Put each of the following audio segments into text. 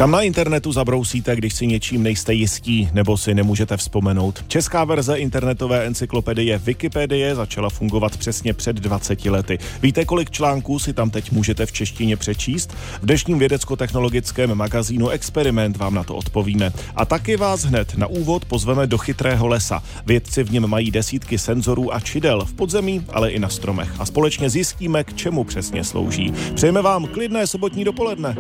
Kam na internetu zabrousíte, když si něčím nejste jistí nebo si nemůžete vzpomenout? Česká verze internetové encyklopedie Wikipedie začala fungovat přesně před 20 lety. Víte, kolik článků si tam teď můžete v češtině přečíst? V dnešním vědecko-technologickém magazínu Experiment vám na to odpovíme. A taky vás hned na úvod pozveme do chytrého lesa. Vědci v něm mají desítky senzorů a čidel v podzemí, ale i na stromech. A společně zjistíme, k čemu přesně slouží. Přejeme vám klidné sobotní dopoledne.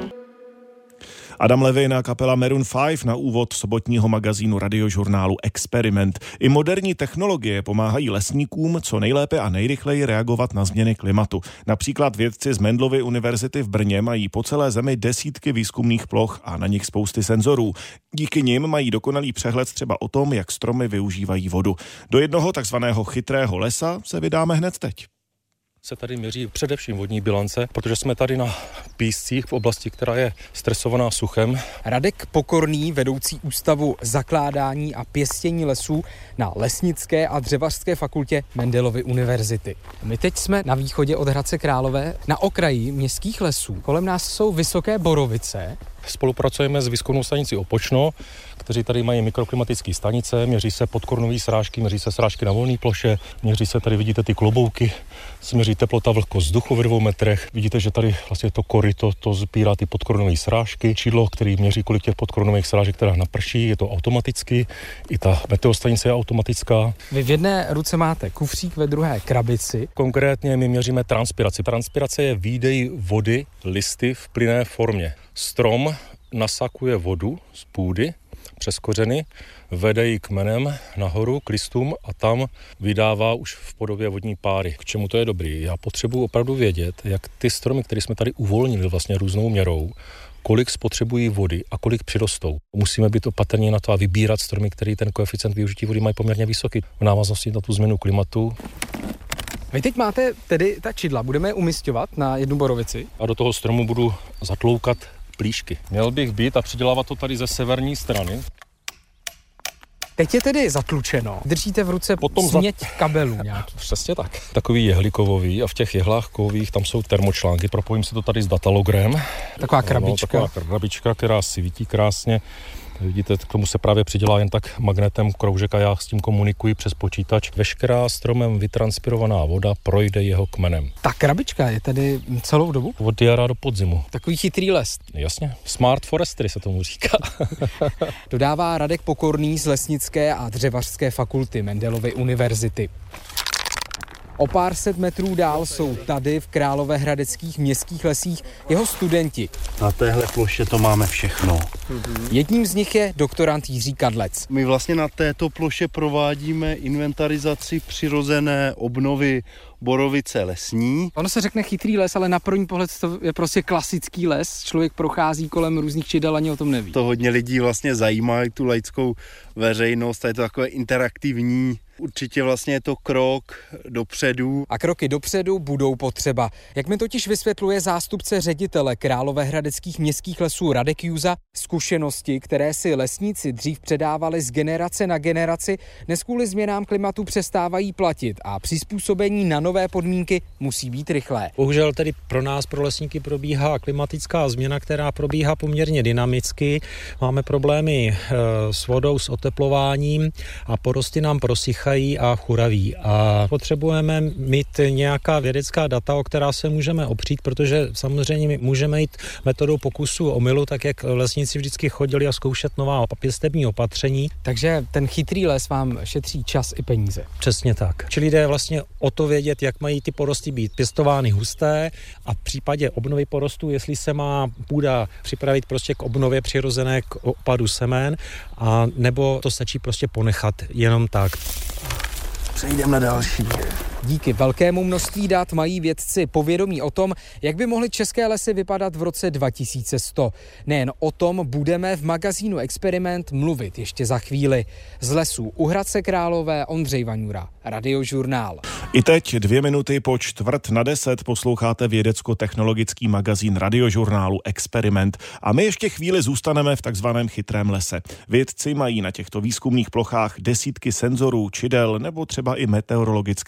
Adam Levin a kapela Maroon 5 na úvod sobotního magazínu radiožurnálu Experiment. I moderní technologie pomáhají lesníkům co nejlépe a nejrychleji reagovat na změny klimatu. Například vědci z Mendelovy univerzity v Brně mají po celé zemi desítky výzkumných ploch a na nich spousty senzorů. Díky nim mají dokonalý přehled třeba o tom, jak stromy využívají vodu. Do jednoho takzvaného chytrého lesa se vydáme hned teď. Se tady měří především vodní bilance, protože jsme tady na píscích v oblasti, která je stresovaná suchem. Radek Pokorný, vedoucí Ústavu zakládání a pěstění lesů na Lesnické a dřevařské fakultě Mendelovy univerzity. My teď jsme na východě od Hradce Králové, na okraji městských lesů. Kolem nás jsou vysoké borovice. Spolupracujeme s výzkumnou stanicí Opočno, kteří tady mají mikroklimatické stanice, měří se podkornové srážky, měří se srážky na volné ploše, měří se tady, vidíte ty klobouky, měří teplota, vlhkost vzduchu v 2 metrech. Vidíte, že tady vlastně to koryto, to sbírá ty podkorunové srážky, čidlo, který měří, kolik těch podkorunových srážek teda naprší, je to automaticky, i ta meteostanice je automatická. Vy v jedné ruce máte kufřík, ve druhé krabici. Konkrétně my měříme transpiraci. Transpirace je výdej vody, listy v plynné formě. Strom nasakuje vodu z půdy přes kořeny, vede ji kmenem nahoru k listům a tam vydává už v podobě vodní páry. K čemu to je dobrý? Já potřebuji opravdu vědět, jak ty stromy, které jsme tady uvolnili vlastně různou měrou, kolik spotřebují vody a kolik přirostou. Musíme být opatrní na to a vybírat stromy, které ten koeficient využití vody mají poměrně vysoký v návaznosti na tu změnu klimatu. Vy teď máte tedy ta čidla, budeme je umisťovat na jednu borovici. A do toho stromu budu zatloukat plíšky. Měl bych být a přidělávat to tady ze severní strany. Teď je tedy zatlučeno. Držíte v ruce směť kabelů nějaký. Přesně tak. Takový jehlikovový a v těch jehlách kovových tam jsou termočlánky. Propojím si to tady s datalogrem. Taková krabička. No, taková krabička, která svítí krásně. Vidíte, k tomu se právě přidělá jen tak magnetem kroužek a já s tím komunikuji přes počítač. Veškerá stromem vytranspirovaná voda projde jeho kmenem. Ta krabička je tady celou dobu? Od jara do podzimu. Takový chytrý les. Jasně. Smart forestry se tomu říká. Dodává Radek Pokorný z Lesnické a dřevařské fakulty Mendelovy univerzity. O pár set metrů dál jsou tady v královéhradeckých městských lesích jeho studenti. Na téhle ploše to máme všechno. Jedním z nich je doktorand Jiří Kadlec. My vlastně na této ploše provádíme inventarizaci přirozené obnovy borovice lesní. Ono se řekne chytrý les, ale na první pohled to je prostě klasický les. Člověk prochází kolem různých čidel, ani o tom neví. To hodně lidí vlastně zajímá, tu laickou veřejnost, a je to takové interaktivní. Určitě vlastně je to krok dopředu. A kroky dopředu budou potřeba. Jak mi totiž vysvětluje zástupce ředitele královéhradeckých městských lesů Radek Júza, zkušenosti, které si lesníci dřív předávali z generace na generaci, dnes kvůli změnám klimatu přestávají platit a přizpůsobení na nové podmínky musí být rychlé. Bohužel tedy pro nás, pro lesníky, probíhá klimatická změna, která probíhá poměrně dynamicky. Máme problémy s vodou, s oteplováním a porosty nám prosychají a churaví. A potřebujeme mít nějaká vědecká data, o která se můžeme opřít, protože samozřejmě můžeme jít metodou pokusu omylu, tak jak lesníci vždycky chodili a zkoušet nová pěstební opatření. Takže ten chytrý les vám šetří čas i peníze. Přesně tak. Čili jde vlastně o to vědět, jak mají ty porosty být pěstovány husté a v případě obnovy porostů, jestli se má půda připravit prostě k obnově přirozené, k opadu semen, a nebo to stačí prostě ponechat jenom tak. Přejdeme na další. Díky velkému množství dat mají vědci povědomí o tom, jak by mohly české lesy vypadat v roce 2100. Nejen o tom budeme v magazínu Experiment mluvit ještě za chvíli. Z lesů u Hradce Králové Ondřej Vaňura, Radiožurnál. I teď 2 minuty po 9:45 posloucháte vědecko-technologický magazín Radiožurnálu Experiment. A my ještě chvíli zůstaneme v takzvaném chytrém lese. Vědci mají na těchto výzkumných plochách desítky senzorů, čidel nebo třeba i meteorologické stanice.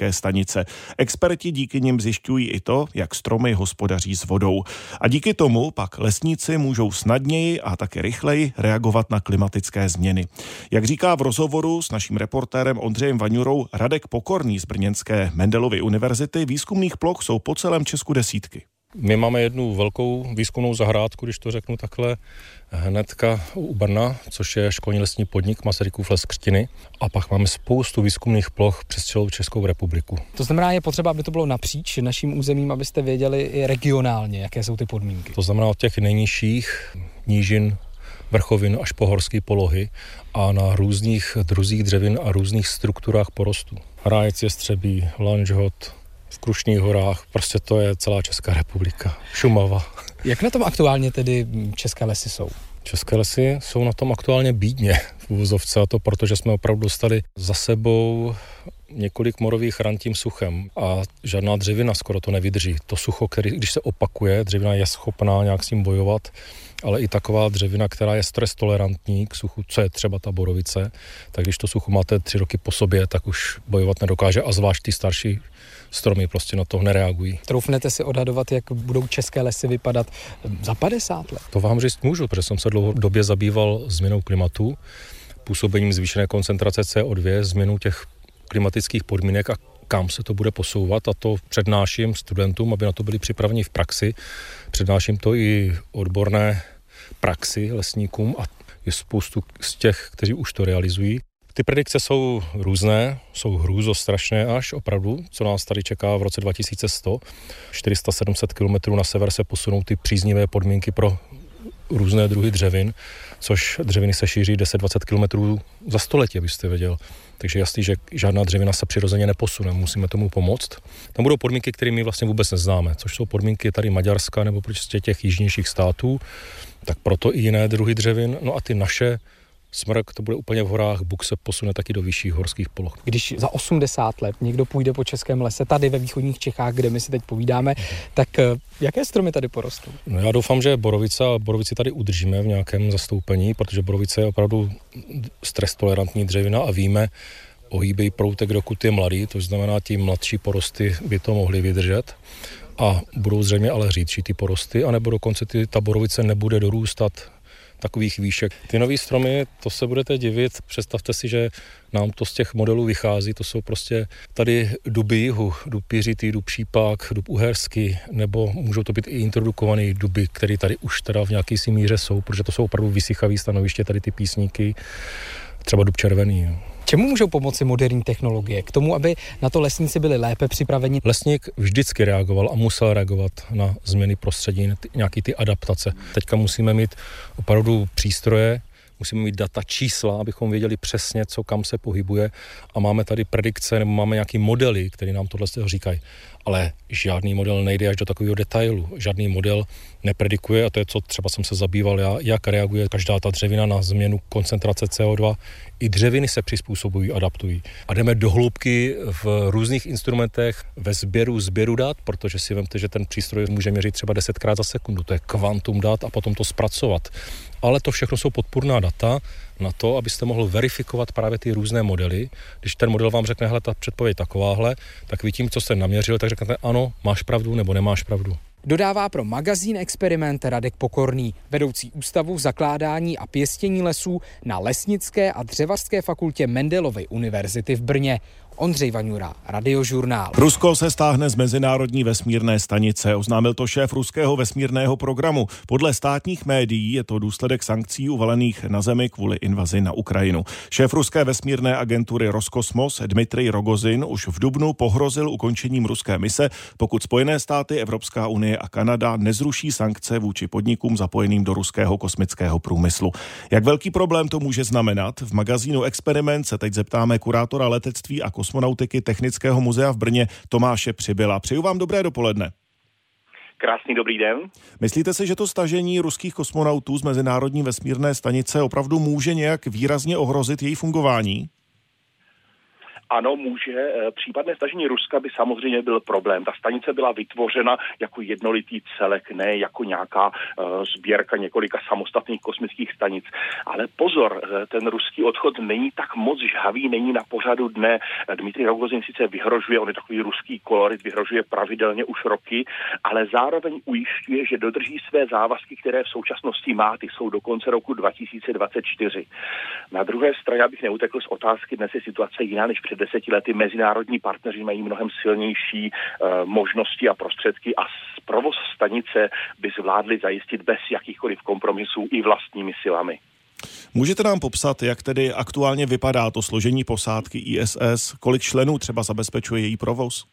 stanice. Experti díky nim zjišťují i to, jak stromy hospodaří s vodou. A díky tomu pak lesníci můžou snadněji a také rychleji reagovat na klimatické změny. Jak říká v rozhovoru s naším reportérem Ondřejem Vaňurou Radek Pokorný z brněnské Mendelovy univerzity, výzkumných ploch jsou po celém Česku desítky. My máme jednu velkou výzkumnou zahrádku, když to řeknu takhle, hnedka u Brna, což je školní lesní podnik Masarykův les Křtiny. A pak máme spoustu výzkumných ploch přes celou Českou republiku. To znamená, je potřeba, aby to bylo napříč naším územím, abyste věděli i regionálně, jaké jsou ty podmínky. To znamená od těch nejnižších nížin, vrchovin až po horské polohy a na různých druzích dřevin a různých strukturách porostů. Rájec, jestřebí, lanžhot, v Krušných horách, prostě to je celá Česká republika, Šumava. Jak na tom aktuálně tedy české lesy jsou? České lesy jsou na tom aktuálně bídně v uvozovce, a to protože jsme opravdu dostali za sebou několik morových ran tím suchem a žádná dřevina skoro to nevydrží. To sucho, když se opakuje, dřevina je schopná nějak s tím bojovat, ale i taková dřevina, která je stres tolerantní k suchu, co je třeba ta borovice, tak když to sucho máte 3 roky po sobě, tak už bojovat nedokáže a zvlášť ty starší stromy prostě na to nereagují. Troufnete si odhadovat, jak budou české lesy vypadat za 50 let? To vám říct můžu, protože jsem se dlouhodobě zabýval změnou klimatu, působením zvýšené koncentrace CO2, změnou těch klimatických podmínek a kam se to bude posouvat, a to přednáším studentům, aby na to byli připraveni v praxi. Přednáším to i odborné praxi lesníkům a je spoustu z těch, kteří už to realizují. Ty predikce jsou různé, jsou hrůzostrašné až opravdu, co nás tady čeká v roce 2100. 400-700 km na sever se posunou ty příznivé podmínky pro různé druhy dřevin, což dřeviny se šíří 10-20 km za století, abyste věděl. Takže jasný, že žádná dřevina se přirozeně neposune, musíme tomu pomoct. Tam budou podmínky, které my vlastně vůbec neznáme, což jsou podmínky tady Maďarska nebo prostě těch jižnějších států, tak proto i jiné druhy dřevin. No a ty naše, smrk, to bude úplně v horách, buk se posune taky do vyšších horských poloh. Když za 80 let někdo půjde po českém lese tady ve východních Čechách, kde my si teď povídáme, tak jaké stromy tady porostou? No já doufám, že borovici tady udržíme v nějakém zastoupení, protože borovice je opravdu stres tolerantní dřevina a víme, ohýbej proutek, dokud je mladý, to znamená, tí mladší porosty by to mohly vydržet a budou zřejmě ale řídší ty porosty, anebo dokonce ta borovice nebude dorůstat takových výšek. Ty nový stromy, to se budete divit, představte si, že nám to z těch modelů vychází, to jsou prostě tady duby jihu, dub jiřitý, dub šípák, dub uherský, nebo můžou to být i introdukované duby, které tady už teda v nějaké si míře jsou, protože to jsou opravdu vysychavé stanoviště, tady ty písníky, třeba dub červený. Čemu můžou pomoci moderní technologie? K tomu, aby na to lesníci byli lépe připraveni? Lesník vždycky reagoval a musel reagovat na změny prostředí, nějaký ty adaptace. Teďka musíme mít opravdu přístroje, musíme mít data, čísla, abychom věděli přesně, co kam se pohybuje, a máme tady predikce nebo máme nějaký modely, které nám tohle říkají. Ale žádný model nejde až do takového detailu. Žádný model nepredikuje, a to je, co třeba jsem se zabýval já, jak reaguje každá ta dřevina na změnu koncentrace CO2. I dřeviny se přizpůsobují, adaptují. A jdeme do hloubky v různých instrumentech ve sběru dat, protože si vemte, že ten přístroj může měřit třeba 10krát za sekundu. To je kvantum dat a potom to zpracovat. Ale to všechno jsou podpůrná data na to, abyste mohl verifikovat právě ty různé modely. Když ten model vám řekne, hele, ta předpověď takováhle, tak vy tím, co jste naměřil, tak řeknete ano, máš pravdu nebo nemáš pravdu. Dodává pro magazín Experiment Radek Pokorný, vedoucí Ústavu zakládání a pěstění lesů na Lesnické a dřevařské fakultě Mendelovy univerzity v Brně. Ondřej Vaňura, Radiožurnál. Rusko se stáhne z mezinárodní vesmírné stanice, oznámil to šéf ruského vesmírného programu. Podle státních médií je to důsledek sankcí uvalených na zemi kvůli invazi na Ukrajinu. Šéf ruské vesmírné agentury Roskosmos Dmitrij Rogozin už v dubnu pohrozil ukončením ruské mise, pokud Spojené státy, Evropská unie a Kanada nezruší sankce vůči podnikům zapojeným do ruského kosmického průmyslu. Jak velký problém to může znamenat? V magazínu Experiment se teď zeptáme kurátora letectví a kosmonautiky Technického muzea v Brně Tomáše Přibyla. Přeju vám dobré dopoledne. Krásný dobrý den. Myslíte si, že to stažení ruských kosmonautů z mezinárodní vesmírné stanice opravdu může nějak výrazně ohrozit její fungování? Ano, může. Případné stažení Ruska by samozřejmě byl problém. Ta stanice byla vytvořena jako jednolitý celek, ne jako nějaká sbírka několika samostatných kosmických stanic. Ale pozor, ten ruský odchod není tak moc žhavý, není na pořadu dne. Dmitrij Rogozin sice vyhrožuje, on je takový ruský kolorit, vyhrožuje pravidelně už roky, ale zároveň ujišťuje, že dodrží své závazky, které v současnosti má, ty jsou do konce roku 2024. Na druhé straně, abych neutekl z otázky, dnes je situace jiná než před 10 lety. Mezinárodní partneři mají mnohem silnější možnosti a prostředky a provoz stanice by zvládli zajistit bez jakýchkoliv kompromisů i vlastními silami. Můžete nám popsat, jak tedy aktuálně vypadá to složení posádky ISS, kolik členů třeba zabezpečuje její provoz?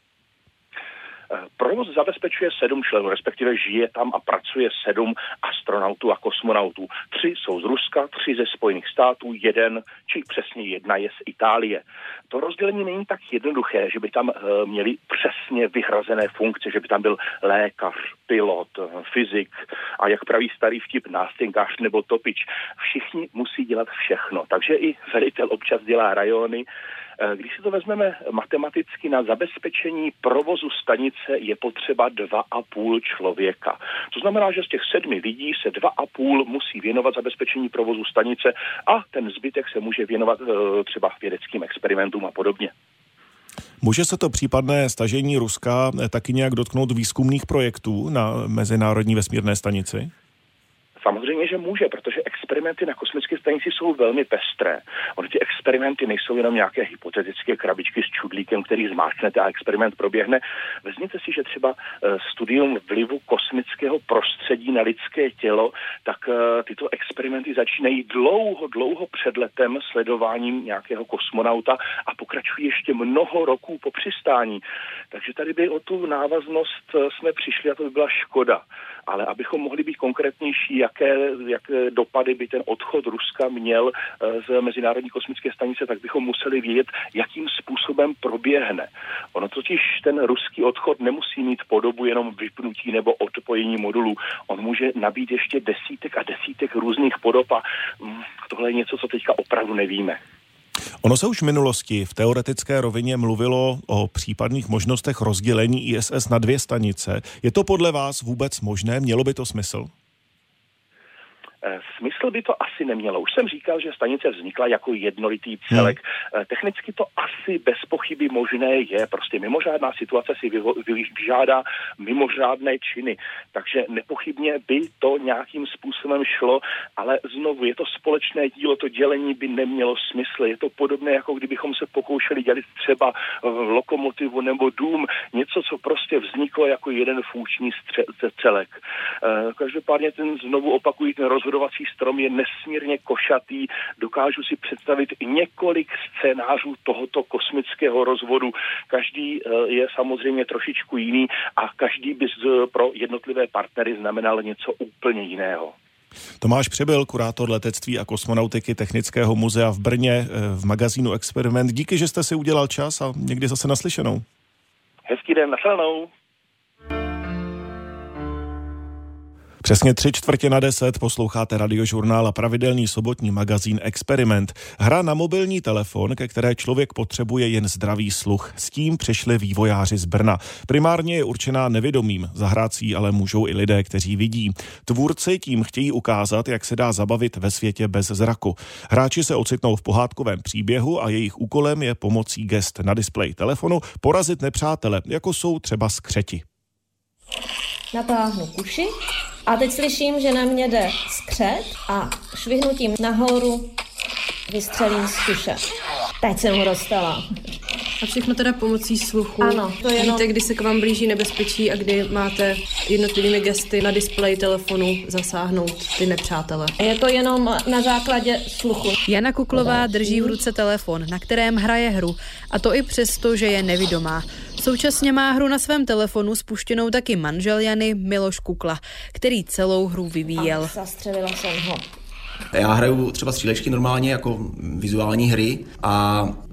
Provoz zabezpečuje 7 členů, respektive žije tam a pracuje 7 astronautů a kosmonautů. 3 jsou z Ruska, 3 ze Spojených států, 1, či přesně 1 je z Itálie. To rozdělení není tak jednoduché, že by tam měli přesně vyhrazené funkce, že by tam byl lékař, pilot, fyzik a jak praví starý vtip, nástěnkář nebo topič. Všichni musí dělat všechno, takže i velitel občas dělá rajony. Když si to vezmeme matematicky, na zabezpečení provozu stanice je potřeba 2,5 člověka. To znamená, že z těch 7 lidí se 2,5 musí věnovat zabezpečení provozu stanice a ten zbytek se může věnovat třeba vědeckým experimentům a podobně. Může se to případné stažení Ruska taky nějak dotknout výzkumných projektů na Mezinárodní vesmírné stanici? Samozřejmě, že může, protože experimenty na kosmické stanici jsou velmi pestré. Ony ty experimenty nejsou jenom nějaké hypotetické krabičky s čudlíkem, který zmáčknete a experiment proběhne. Vezměte si, že třeba studium vlivu kosmického prostředí na lidské tělo, tak tyto experimenty začínají dlouho před letem sledováním nějakého kosmonauta a pokračují ještě mnoho roků po přistání. Takže tady by o tu návaznost jsme přišli a to by byla škoda. Ale abychom mohli být konkrétnější, jaké dopady by ten odchod Ruska měl z Mezinárodní kosmické stanice, tak bychom museli vědět, jakým způsobem proběhne. Ono totiž ten ruský odchod nemusí mít podobu jenom vypnutí nebo odpojení modulů. On může nabít ještě desítek a desítek různých podob a tohle je něco, co teďka opravdu nevíme. Ono se už v minulosti v teoretické rovině mluvilo o případných možnostech rozdělení ISS na 2 stanice. Je to podle vás vůbec možné? Mělo by to smysl? Smysl by to asi nemělo. Už jsem říkal, že stanice vznikla jako jednolitý celek. Technicky to asi bez pochyby možné je. Prostě mimořádná situace si vyžádá mimořádné činy. Takže nepochybně by to nějakým způsobem šlo, ale znovu je to společné dílo, to dělení by nemělo smysl. Je to podobné, jako kdybychom se pokoušeli dělat třeba lokomotivu nebo dům. Něco, co prostě vzniklo jako jeden funkční celek. Každopádně znovu opakují, ten rozhodovací strom je nesmírně košatý. Dokážu si představit několik scénářů tohoto kosmického rozvodu. Každý je samozřejmě trošičku jiný a každý by pro jednotlivé partnery znamenal něco úplně jiného. Tomáš Přibyl, kurátor letectví a kosmonautiky Technického muzea v Brně v magazínu Experiment. Díky, že jste si udělal čas a někdy zase naslyšenou. Hezký den, naslyšenou. Přesně 9:45 posloucháte Radiožurnál a pravidelný sobotní magazín Experiment. Hra na mobilní telefon, ke které člověk potřebuje jen zdravý sluch. S tím přišli vývojáři z Brna. Primárně je určená nevidomým, zahrát si ale můžou i lidé, kteří vidí. Tvůrci tím chtějí ukázat, jak se dá zabavit ve světě bez zraku. Hráči se ocitnou v pohádkovém příběhu a jejich úkolem je pomocí gest na displeji telefonu porazit nepřátele, jako jsou třeba skřeti. Natáhnu kuši a teď slyším, že na mě jde skřet a švihnutím nahoru vystřelím z kuše. Teď jsem ho dostala. A všechno teda pomocí sluchu. Ano. To jenom... Víte, kdy se k vám blíží nebezpečí a kdy máte jednotlivými gesty na displeji telefonu zasáhnout ty nepřátele. Je to jenom na základě sluchu. Jana Kuklová drží v ruce telefon, na kterém hraje hru, a to i přesto, že je nevidomá. Současně má hru na svém telefonu spuštěnou taky manžel Jany, Miloš Kukla, který celou hru vyvíjel. A zastřelila jsem ho. Já hraju třeba střílečky normálně jako vizuální hry a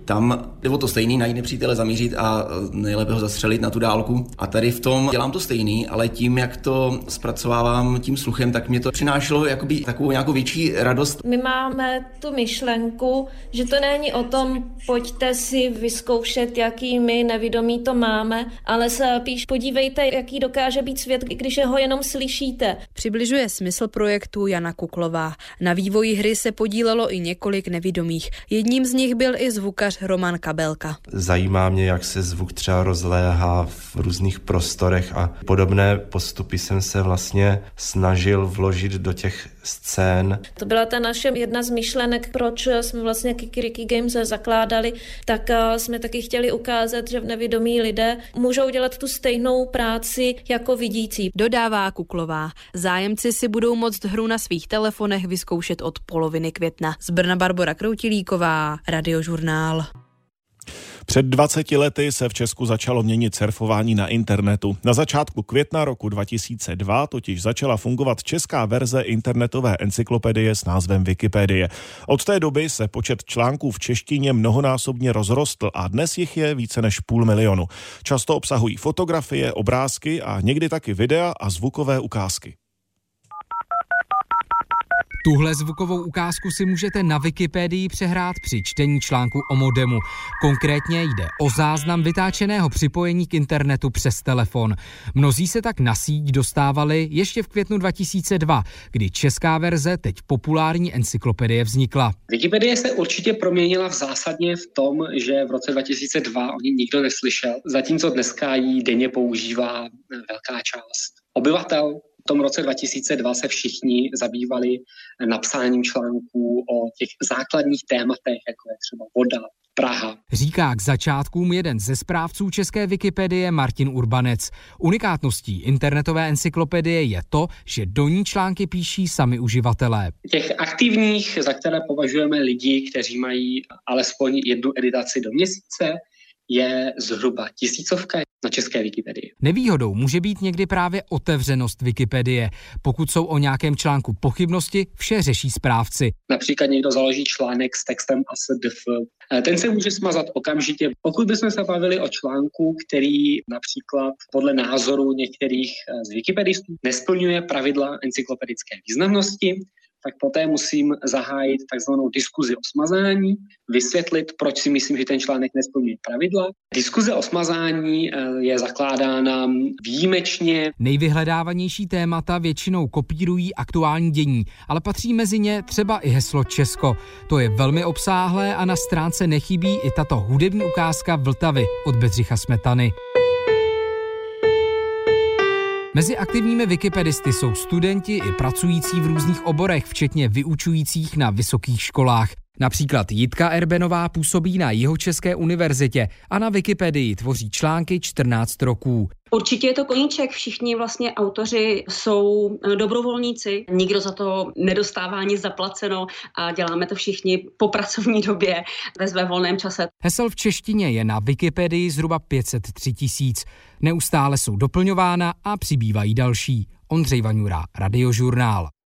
Tam jde o to stejný, najít nepřítele, zamířit a nejlépe ho zastřelit na tu dálku. A tady v tom dělám to stejný, ale tím, jak to zpracovávám tím sluchem, tak mě to přinášelo jakoby takovou nějakou větší radost. My máme tu myšlenku, že to není o tom, pojďte si vyzkoušet, jaký my nevědomí to máme, ale se píš podívejte, jaký dokáže být svět, když ho jenom slyšíte. Přibližuje smysl projektu Jana Kuklová. Na vývoji hry se podílelo i několik nevidomých. Jedním z nich byl i zvukař Roman Kabelka. Zajímá mě, jak se zvuk třeba rozléhá v různých prostorech a podobné postupy jsem se vlastně snažil vložit do těch scén. To byla ta naše jedna z myšlenek, proč jsme vlastně Kikiriki Games zakládali, tak jsme taky chtěli ukázat, že nevidomí lidé můžou dělat tu stejnou práci jako vidící. Dodává Kuklová. Zájemci si budou moct hru na svých telefonech vyzkoušet od poloviny května. Z Brna Barbora Kroutilíková, Radiožurnál. Před 20 lety se v Česku začalo měnit surfování na internetu. Na začátku května roku 2002 totiž začala fungovat česká verze internetové encyklopedie s názvem Wikipedie. Od té doby se počet článků v češtině mnohonásobně rozrostl a dnes jich je více než 500 000. Často obsahují fotografie, obrázky a někdy taky videa a zvukové ukázky. Tuhle zvukovou ukázku si můžete na Wikipedii přehrát při čtení článku o modemu. Konkrétně jde o záznam vytáčeného připojení k internetu přes telefon. Mnozí se tak na síť dostávali ještě v květnu 2002, kdy česká verze, teď populární encyklopedie, vznikla. Wikipedie se určitě proměnila zásadně v tom, že v roce 2002 o ní nikdo neslyšel, zatímco dneska ji denně používá velká část obyvatel. V tom roce 2002 se všichni zabývali napsáním článků o těch základních tématech, jako je třeba voda, Praha. Říká k začátkům jeden ze správců české Wikipedie Martin Urbanec. Unikátností internetové encyklopedie je to, že do ní články píší sami uživatelé. Těch aktivních, za které považujeme lidi, kteří mají alespoň jednu editaci do měsíce, je zhruba 1000 na české Wikipedii. Nevýhodou může být někdy právě otevřenost Wikipedie. Pokud jsou o nějakém článku pochybnosti, vše řeší správci. Například někdo založí článek s textem ASDF. Ten se může smazat okamžitě. Pokud bychom se bavili o článku, který například podle názoru některých z wikipedistů nesplňuje pravidla encyklopedické významnosti, tak poté musím zahájit takzvanou diskuzi o smazání, vysvětlit, proč si myslím, že ten článek nesplňuje pravidla. Diskuze o smazání je zakládána výjimečně. Nejvyhledávanější témata většinou kopírují aktuální dění, ale patří mezi ně třeba i heslo Česko. To je velmi obsáhlé a na stránce nechybí i tato hudební ukázka Vltavy od Bedřicha Smetany. Mezi aktivními wikipedisty jsou studenti i pracující v různých oborech, včetně vyučujících na vysokých školách. Například Jitka Erbenová působí na Jihočeské univerzitě a na Wikipedii tvoří články 14 roků. Určitě je to koníček, všichni vlastně autoři jsou dobrovolníci, nikdo za to nedostává nic zaplaceno a děláme to všichni po pracovní době ve svém volném čase. Hesel v češtině je na Wikipedii zhruba 503 000. Neustále jsou doplňována a přibývají další. Ondřej Vaňura, Radiožurnál.